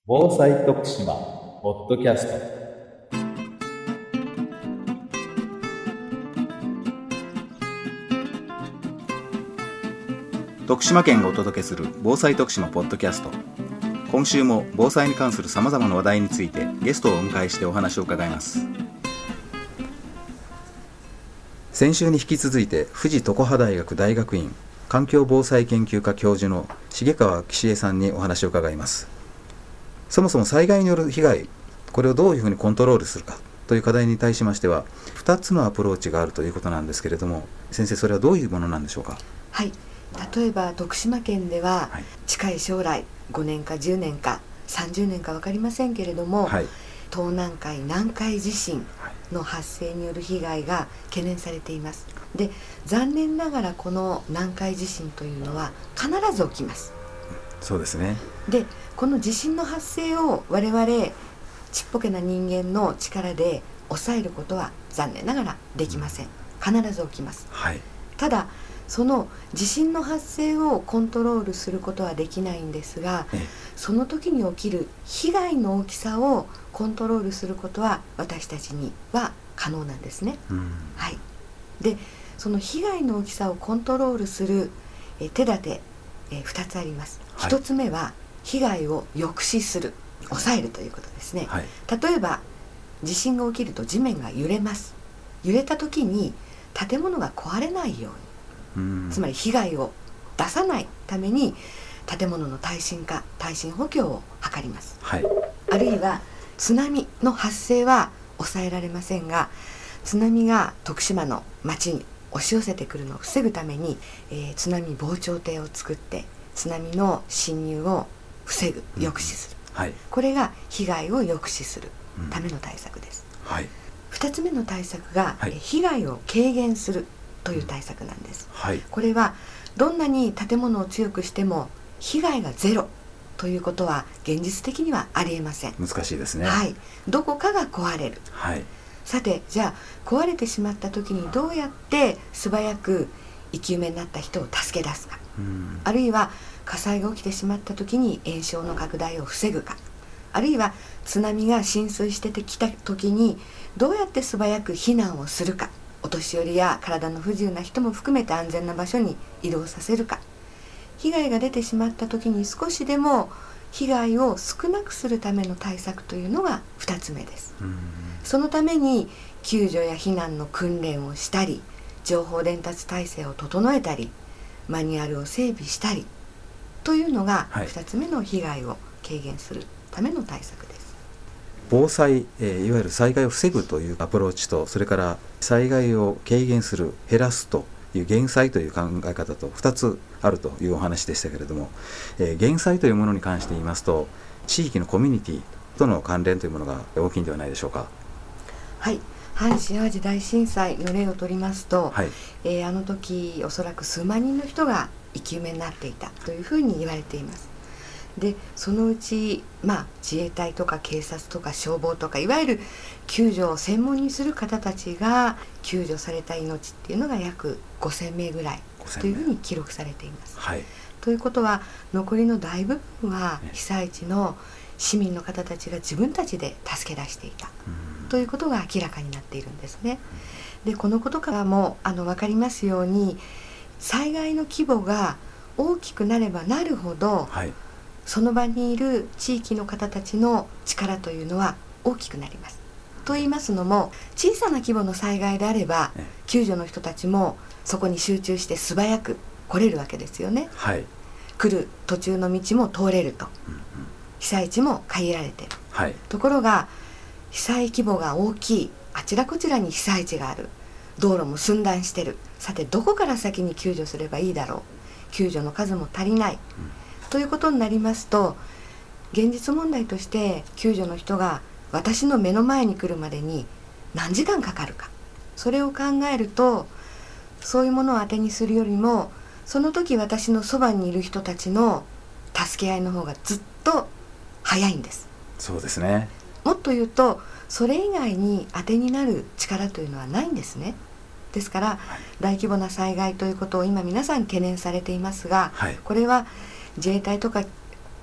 防災徳島ポッドキャスト。 徳島県がお届けする防災徳島ポッドキャスト。今週も防災に関するさまざまな話題についてゲストをお迎えしてお話を伺います。先週に引き続いて富士常葉大学大学院環境防災研究科教授の重川岸江さんにお話を伺います。そもそも災害による被害、これをどういうふうにコントロールするかという課題に対しましては2つのアプローチがあるということなんですけれども、先生、それはどういうものなんでしょうか。 はい、例えば徳島県では、近い将来5年か10年か30年か分かりませんけれども、東南海南海地震の発生による被害が懸念されています。で、残念ながらこの南海地震というのは必ず起きます。 そうですね。 で、この地震の発生を我々ちっぽけな人間の力で抑えることは残念ながらできません。必ず起きます。ただその地震の発生をコントロールすることはできないんですが、その時に起きる被害の大きさをコントロールすることは私たちには可能なんですね。で、その被害の大きさをコントロールする手立て2つあります。1つ目は被害を抑止する、抑えるということですね。例えば地震が起きると地面が揺れます。揺れた時に建物が壊れないように、つまり被害を出さないために建物の耐震化、耐震補強を図ります。あるいは津波の発生は抑えられませんが、津波が徳島の町に押し寄せてくるのを防ぐために、津波防潮堤を作って津波の侵入を防ぐ、抑止する、これが被害を抑止するための対策です。2つ目の対策が、被害を軽減するという対策なんです。これはどんなに建物を強くしても被害がゼロということは現実的にはありえません。 難しいですね。 どこかが壊れる。さて、じゃあ壊れてしまった時にどうやって素早く生き埋めになった人を助け出すか、あるいは火災が起きてしまった時に延焼の拡大を防ぐか、あるいは津波が浸水してきた時にどうやって素早く避難をするか、お年寄りや体の不自由な人も含めて安全な場所に移動させるか、被害が出てしまった時に少しでも被害を少なくするための対策というのが2つ目です。そのために救助や避難の訓練をしたり、情報伝達体制を整えたり、マニュアルを整備したりというのが2つ目の被害を軽減するための対策です。 防災、いわゆる災害を防ぐというアプローチと、それから災害を軽減する、減らすという減災という考え方と2つあるというお話でしたけれども、減災というものに関して言いますと、地域のコミュニティとの関連というものが大きいんではないでしょうか。 阪神・淡路大震災の例を取りますと、あの時おそらく数万人の人が生き埋めになっていたというふうに言われています。で、そのうち、自衛隊とか警察とか消防とか、いわゆる救助を専門にする方たちが救助された命っていうのが約5000名ぐらいというふうに記録されています。ということは、残りの大部分は被災地の市民の方たちが自分たちで助け出していたということが明らかになっているんですね。で、このことからも分かりますように、災害の規模が大きくなればなるほど、その場にいる地域の方たちの力というのは大きくなります。と言いますのも、小さな規模の災害であれば救助の人たちもそこに集中して素早く来れるわけですよね。来る途中の道も通れると、被災地も限られている、ところが被災規模が大きい、あちらこちらに被災地がある、道路も寸断している、さてどこから先に救助すればいいだろう、救助の数も足りない、ということになりますと、現実問題として救助の人が私の目の前に来るまでに何時間かかるか、それを考えると、そういうものを当てにするよりも、その時私のそばにいる人たちの助け合いの方がずっと早いんです。 そうですね。 もっと言うと、それ以外に当てになる力というのはないんですね。ですから、大規模な災害ということを今皆さん懸念されていますが、これは自衛隊とか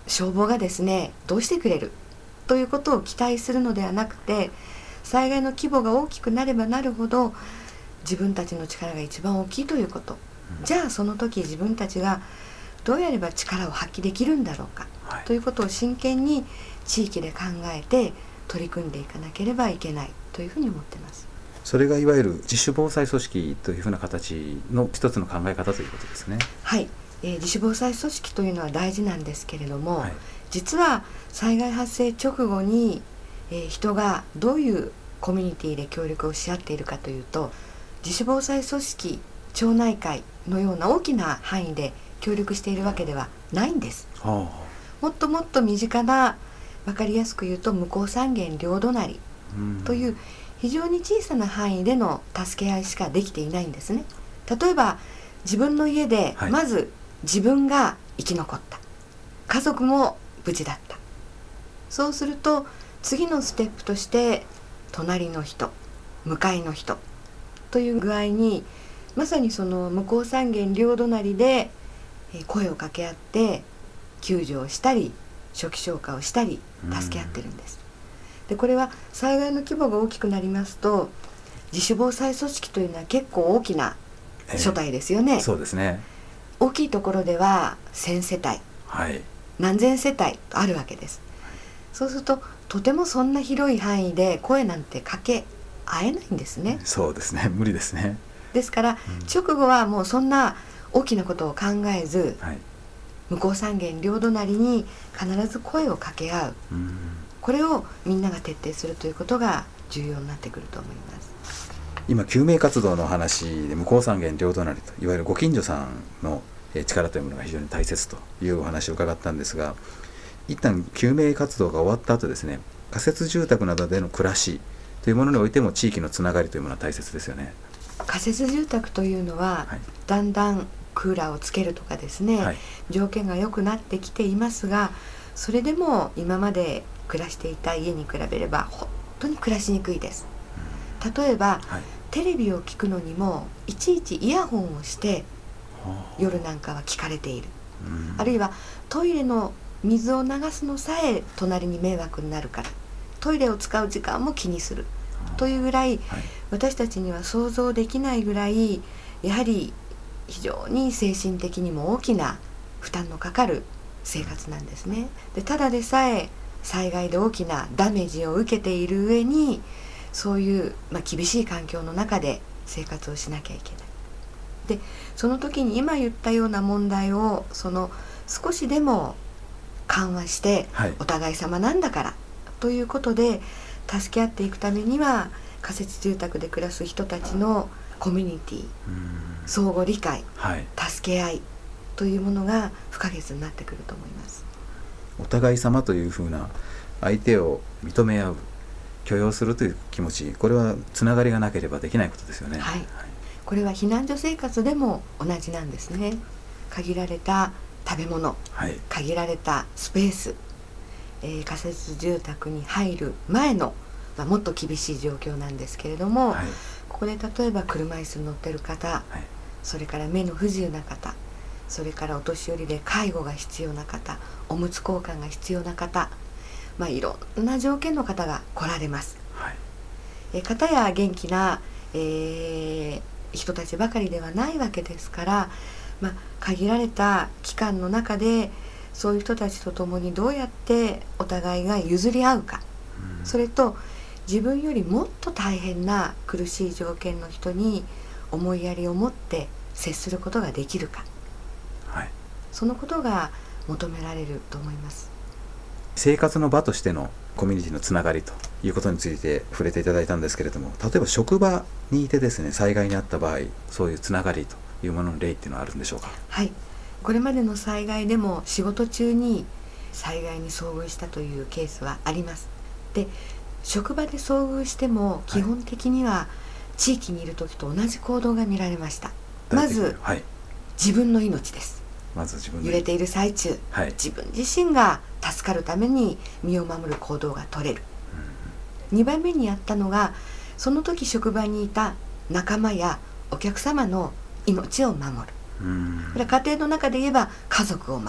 消防がですねどうしてくれるということを期待するのではなくて、災害の規模が大きくなればなるほど自分たちの力が一番大きいということ、じゃあその時自分たちがどうやれば力を発揮できるんだろうか、ということを真剣に地域で考えて取り組んでいかなければいけないというふうに思っています。 それがいわゆる自主防災組織というふうな形の一つの考え方ということですね。 はい、自主防災組織というのは大事なんですけれども、実は災害発生直後に、人がどういうコミュニティで協力をし合っているかというと、自主防災組織町内会のような大きな範囲で協力しているわけではないんです。もっともっと身近な、分かりやすく言うと向こう三軒両隣という非常に小さな範囲での助け合いしかできていないんですね。例えば自分の家でまず自分が生き残った、家族も無事だった、そうすると次のステップとして隣の人、向かいの人という具合に、まさにその向こう三軒両隣で声を掛け合って救助をしたり初期消火をしたり助け合ってるんです。でこれは災害の規模が大きくなりますと、自主防災組織というのは結構大きな所帯ですよね。 そうですね。 大きいところでは1000世帯、何千世帯とあるわけです。そうするととてもそんな広い範囲で声なんてかけ合えないんですね。 そうですね、無理ですね。 ですから、直後はもうそんな大きなことを考えず、向こう三軒両隣に必ず声を掛け合う、これをみんなが徹底するということが重要になってくると思います。 今救命活動の話で向こう三軒両隣といわゆるご近所さんの力というものが非常に大切というお話を伺ったんですが、一旦救命活動が終わった後ですね、仮設住宅などでの暮らしというものにおいても地域のつながりというものは大切ですよね。 仮設住宅というのは、だんだんクーラーをつけるとかですね、条件が良くなってきていますが、それでも今まで暮らしていた家に比べれば本当に暮らしにくいです。例えば、テレビを聞くのにもいちいちイヤホンをして夜なんかは聞かれている、あるいはトイレの水を流すのさえ隣に迷惑になるからトイレを使う時間も気にするというぐらい、私たちには想像できないぐらいやはり非常に精神的にも大きな負担のかかる生活なんですね。でただでさえ災害で大きなダメージを受けている上に、そういう、厳しい環境の中で生活をしなきゃいけない。でその時に今言ったような問題を少しでも緩和して、お互い様なんだからということで助け合っていくためには、仮設住宅で暮らす人たちのコミュニティ、相互理解、助け合いというものが不可欠になってくると思います。 お互い様というふうな相手を認め合う、許容するという気持ち、これはつながりがなければできないことですよね。 これは避難所生活でも同じなんですね。限られた食べ物、限られたスペース、仮設住宅に入る前の、もっと厳しい状況なんですけれども、ここで例えば車椅子に乗ってる方、それから目の不自由な方、それからお年寄りで介護が必要な方、おむつ交換が必要な方、いろんな条件の方が来られます。方や元気な、人たちばかりではないわけですから、限られた期間の中でそういう人たちと共にどうやってお互いが譲り合うか、それと自分よりもっと大変な苦しい条件の人に思いやりを持って接することができるか、そのことが求められると思います。 生活の場としてのコミュニティのつながりということについて触れていただいたんですけれども、例えば職場にいてですね、災害に遭った場合、そういうつながりというものの例っていうのはあるんでしょうか。 これまでの災害でも仕事中に災害に遭遇したというケースはあります。で職場で遭遇しても基本的には地域にいる時と同じ行動が見られました。まず、自分の命です。揺れている最中、自分自身が助かるために身を守る行動が取れる。2番目にやったのが、その時職場にいた仲間やお客様の命を守る。これは家庭の中で言えば家族を守る。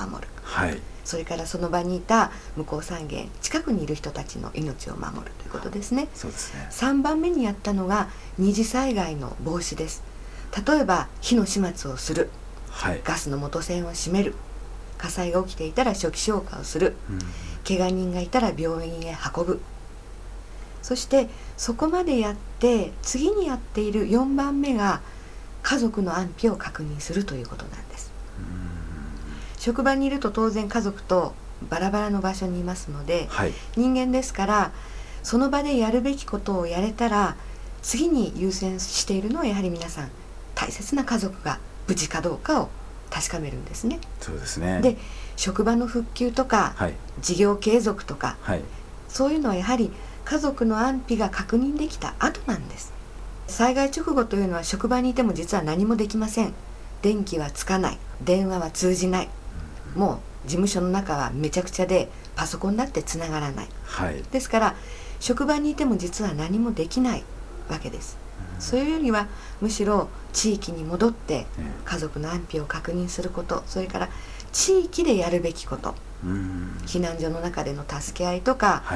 はい、 それからその場にいた向こう3軒近くにいる人たちの命を守るということですね。 そうですね。 3番目にやったのが二次災害の防止です。例えば火の始末をする、 はい、 ガスの元栓を閉める、火災が起きていたら初期消火をする、怪我人がいたら病院へ運ぶ。そしてそこまでやって次にやっている4番目が家族の安否を確認するということなんです。職場にいると当然家族とバラバラの場所にいますので、 はい、 人間ですからその場でやるべきことをやれたら次に優先しているのはやはり皆さん大切な家族が無事かどうかを確かめるんですね。 そうですね。 で、職場の復旧とか、 はい、 事業継続とか、 はい、 そういうのはやはり家族の安否が確認できた後なんです。災害直後というのは職場にいても実は何もできません。電気はつかない、電話は通じない、もう事務所の中はめちゃくちゃでパソコンだってつながらない、 はい、 ですから職場にいても実は何もできないわけです。そういうよりはむしろ地域に戻って家族の安否を確認すること、それから地域でやるべきこと、避難所の中での助け合いとか、 はい、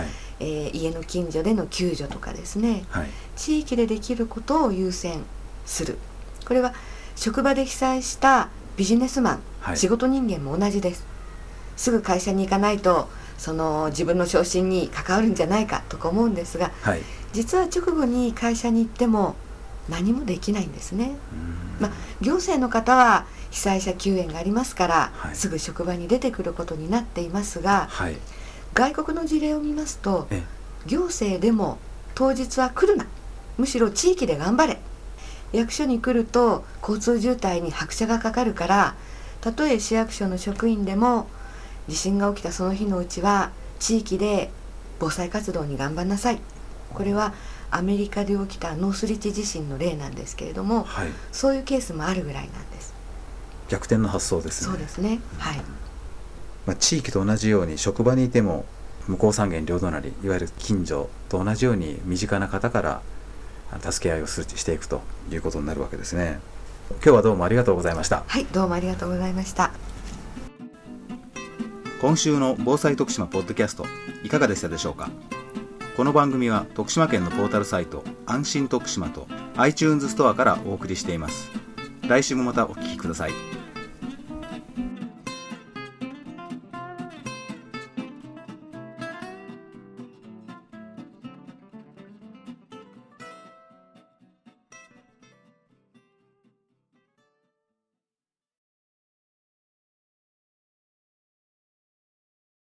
家の近所での救助とかですね、 はい、 地域でできることを優先する。これは職場で被災したビジネスマン、はい、仕事人間も同じです。すぐ会社に行かないと自分の昇進に関わるんじゃないかとか思うんですが、はい、実は直後に会社に行っても何もできないんですね。行政の方は被災者救援がありますから、はい、すぐ職場に出てくることになっていますが、はい、外国の事例を見ますと行政でも当日は来るな、むしろ地域で頑張れ、役所に来ると交通渋滞に拍車がかかるから、たとえ市役所の職員でも地震が起きたその日のうちは地域で防災活動に頑張んなさい。これはアメリカで起きたノースリッチ地震の例なんですけれども、はい、そういうケースもあるぐらいなんです。 逆転の発想ですね。 そうですね、はい。 地域と同じように職場にいても向こう3軒両隣、いわゆる近所と同じように身近な方から助け合いをしていくということになるわけですね。今日はどうもありがとうございました。 はい、どうもありがとうございました。 今週の防災徳島ポッドキャストいかがでしたでしょうか。この番組は徳島県のポータルサイト安心徳島と iTunes ストアからお送りしています。来週もまたお聞きください。